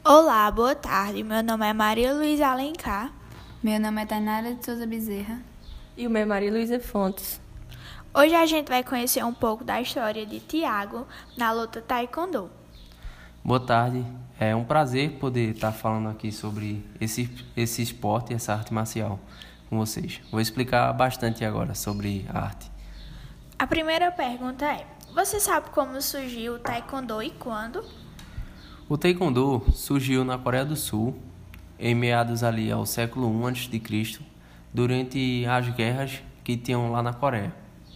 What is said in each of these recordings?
Olá, boa tarde. Meu nome é Maria Luísa Alencar. Meu nome é Tainara de Souza Bezerra. E o meu é Maria Luísa Fontes. Hoje a gente vai conhecer um pouco da história de Tiago na luta Taekwondo. Boa tarde. É um prazer poder estar falando aqui sobre esse esporte, essa arte marcial com vocês. Vou explicar bastante agora sobre a arte. A primeira pergunta é: você sabe como surgiu o Taekwondo e quando? O Taekwondo surgiu na Coreia do Sul, em meados ali ao século I a.C., durante as guerras que tinham lá na Coreia.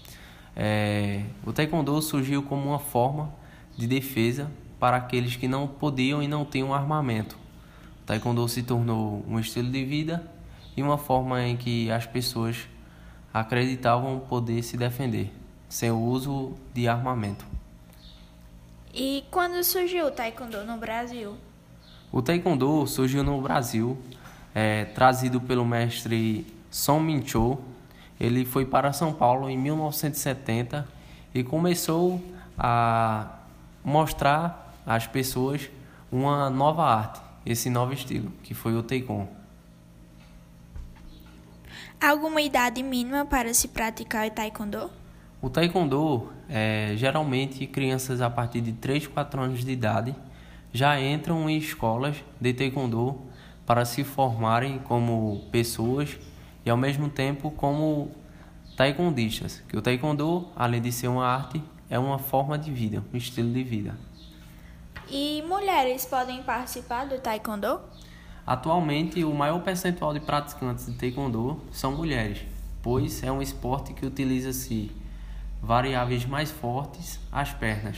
O Taekwondo surgiu como uma forma de defesa para aqueles que não podiam e não tinham armamento. O Taekwondo se tornou um estilo de vida e uma forma em que as pessoas acreditavam poder se defender, sem o uso de armamento. E quando surgiu o Taekwondo no Brasil? O Taekwondo surgiu no Brasil, trazido pelo mestre Song Min-cho. Ele foi para São Paulo em 1970 e começou a mostrar às pessoas uma nova arte, esse novo estilo, que foi o Taekwondo. Há alguma idade mínima para se praticar o Taekwondo? O Taekwondo, geralmente crianças a partir de 3, 4 anos de idade já entram em escolas de Taekwondo para se formarem como pessoas e ao mesmo tempo como taekwondistas, que o Taekwondo, além de ser uma arte, é uma forma de vida, um estilo de vida. E mulheres podem participar do Taekwondo? Atualmente, o maior percentual de praticantes de Taekwondo são mulheres, pois é um esporte que utiliza-se variáveis mais fortes, as pernas.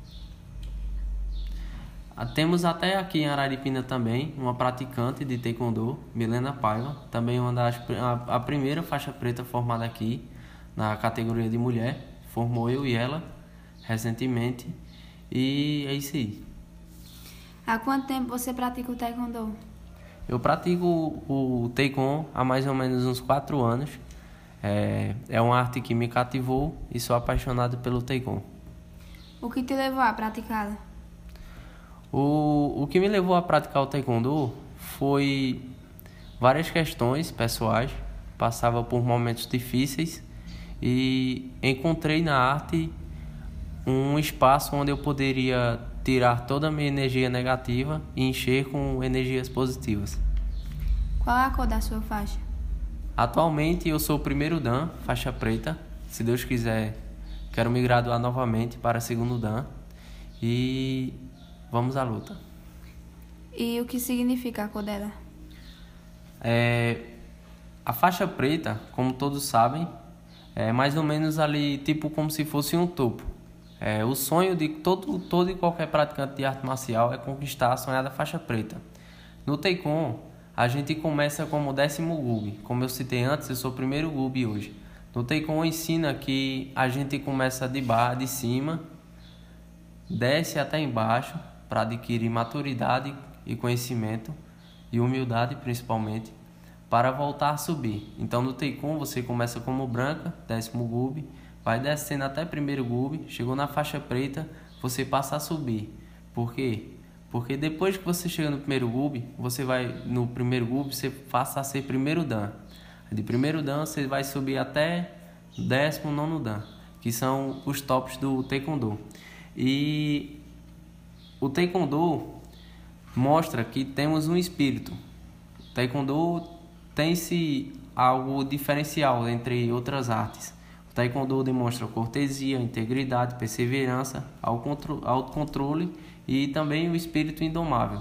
Temos até aqui em Araripina também uma praticante de Taekwondo, Milena Paiva, também a primeira faixa preta formada aqui na categoria de mulher. Formou eu e ela recentemente e é isso aí. Há quanto tempo você pratica o Taekwondo? Eu pratico o Taekwondo há mais ou menos uns 4 anos. É uma arte que me cativou e sou apaixonado pelo Taekwondo. O que te levou a praticá-la? O que me levou a praticar o Taekwondo foi várias questões pessoais. Passava por momentos difíceis e encontrei na arte um espaço onde eu poderia tirar toda a minha energia negativa e encher com energias positivas. Qual é a cor da sua faixa? Atualmente eu sou o primeiro Dan, faixa preta. Se Deus quiser, quero me graduar novamente para segundo Dan. E vamos à luta. E o que significa a cor dela? A faixa preta, como todos sabem, é mais ou menos ali, tipo como se fosse um topo. O sonho de todo e qualquer praticante de arte marcial é conquistar a sonhada faixa preta. No Taekwondo, a gente começa como 10º Gubi. Como eu citei antes, eu sou o primeiro Gubi hoje. No Taekwondo ensina que a gente começa de cima, desce até embaixo para adquirir maturidade e conhecimento e humildade principalmente, para voltar a subir. Então no Taekwondo você começa como branca, 10º Gubi, vai descendo até primeiro Gubi, chegou na faixa preta, você passa a subir. Por quê? Porque depois que você chega no primeiro Gubi, no primeiro Gubi você passa a ser primeiro Dan. De primeiro Dan você vai subir até 19º Dan, que são os tops do Taekwondo. E o Taekwondo mostra que temos um espírito. O Taekwondo tem-se algo diferencial entre outras artes. O Taekwondo demonstra cortesia, integridade, perseverança, autocontrole e também o espírito indomável.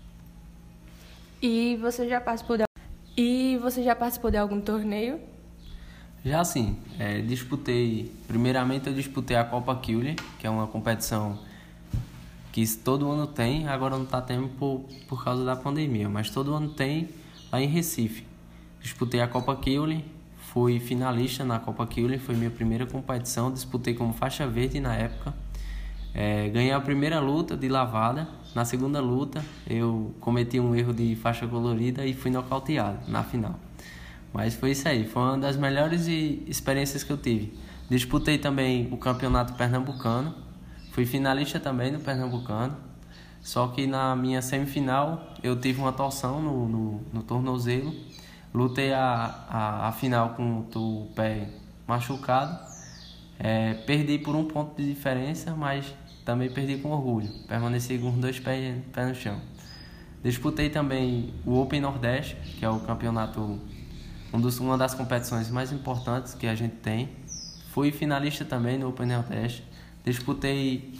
E você já participou de algum torneio? Já sim, primeiramente eu disputei a Copa Killer, que é uma competição que todo ano tem, agora não está tendo por causa da pandemia, mas todo ano tem lá em Recife. Disputei a Copa Killer, fui finalista na Copa Killer, foi minha primeira competição, disputei como faixa verde na época. Ganhei a primeira luta de lavada. Na segunda luta eu cometi um erro de faixa colorida e fui nocauteado na final. Mas foi isso aí, foi uma das melhores experiências que eu tive. Disputei também o campeonato pernambucano, fui finalista também no pernambucano. Só que na minha semifinal eu tive uma torção no tornozelo. Lutei a final com o pé machucado. Perdi por um ponto de diferença, mas também perdi com orgulho. Permaneci com os 2 pés no chão. Disputei também o Open Nordeste, que é o campeonato, uma das competições mais importantes que a gente tem. Fui finalista também no Open Nordeste. Disputei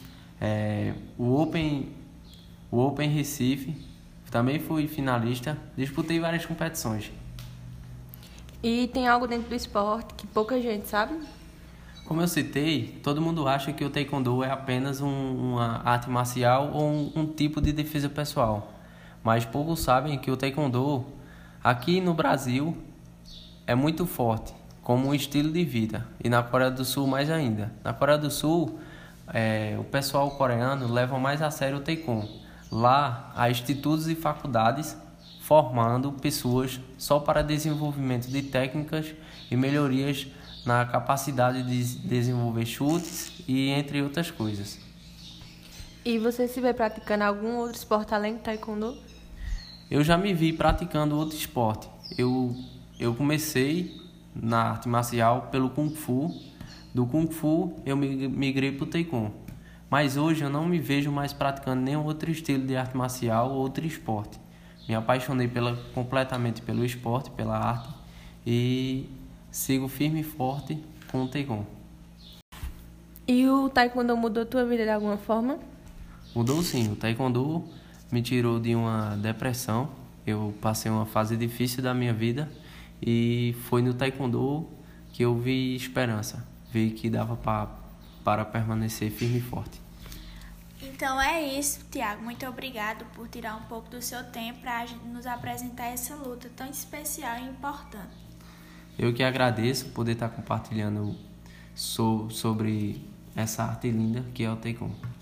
o Open Recife, também fui finalista. Disputei várias competições. E tem algo dentro do esporte que pouca gente sabe? Como eu citei, todo mundo acha que o Taekwondo é apenas uma arte marcial ou um tipo de defesa pessoal. Mas poucos sabem que o Taekwondo, aqui no Brasil, é muito forte, como um estilo de vida. E na Coreia do Sul mais ainda. Na Coreia do Sul, o pessoal coreano leva mais a sério o Taekwondo. Lá, há institutos e faculdades formando pessoas só para desenvolvimento de técnicas e melhorias na capacidade de desenvolver chutes e entre outras coisas. E você se vê praticando algum outro esporte além do taekwondo? Eu já me vi praticando outro esporte. Eu comecei na arte marcial pelo Kung Fu. Do Kung Fu eu migrei para o Taekwondo. Mas hoje eu não me vejo mais praticando nenhum outro estilo de arte marcial ou outro esporte. Me apaixonei completamente pelo esporte, pela arte, e sigo firme e forte com o Taekwondo. E o taekwondo mudou tua vida de alguma forma? Mudou sim, o Taekwondo me tirou de uma depressão. Eu passei uma fase difícil da minha vida e foi no Taekwondo que eu vi esperança, vi que dava para permanecer firme e forte. Então é isso, Thiago. Muito obrigado por tirar um pouco do seu tempo para nos apresentar essa luta tão especial e importante. Eu que agradeço poder estar compartilhando sobre essa arte linda que é o Taekwondo.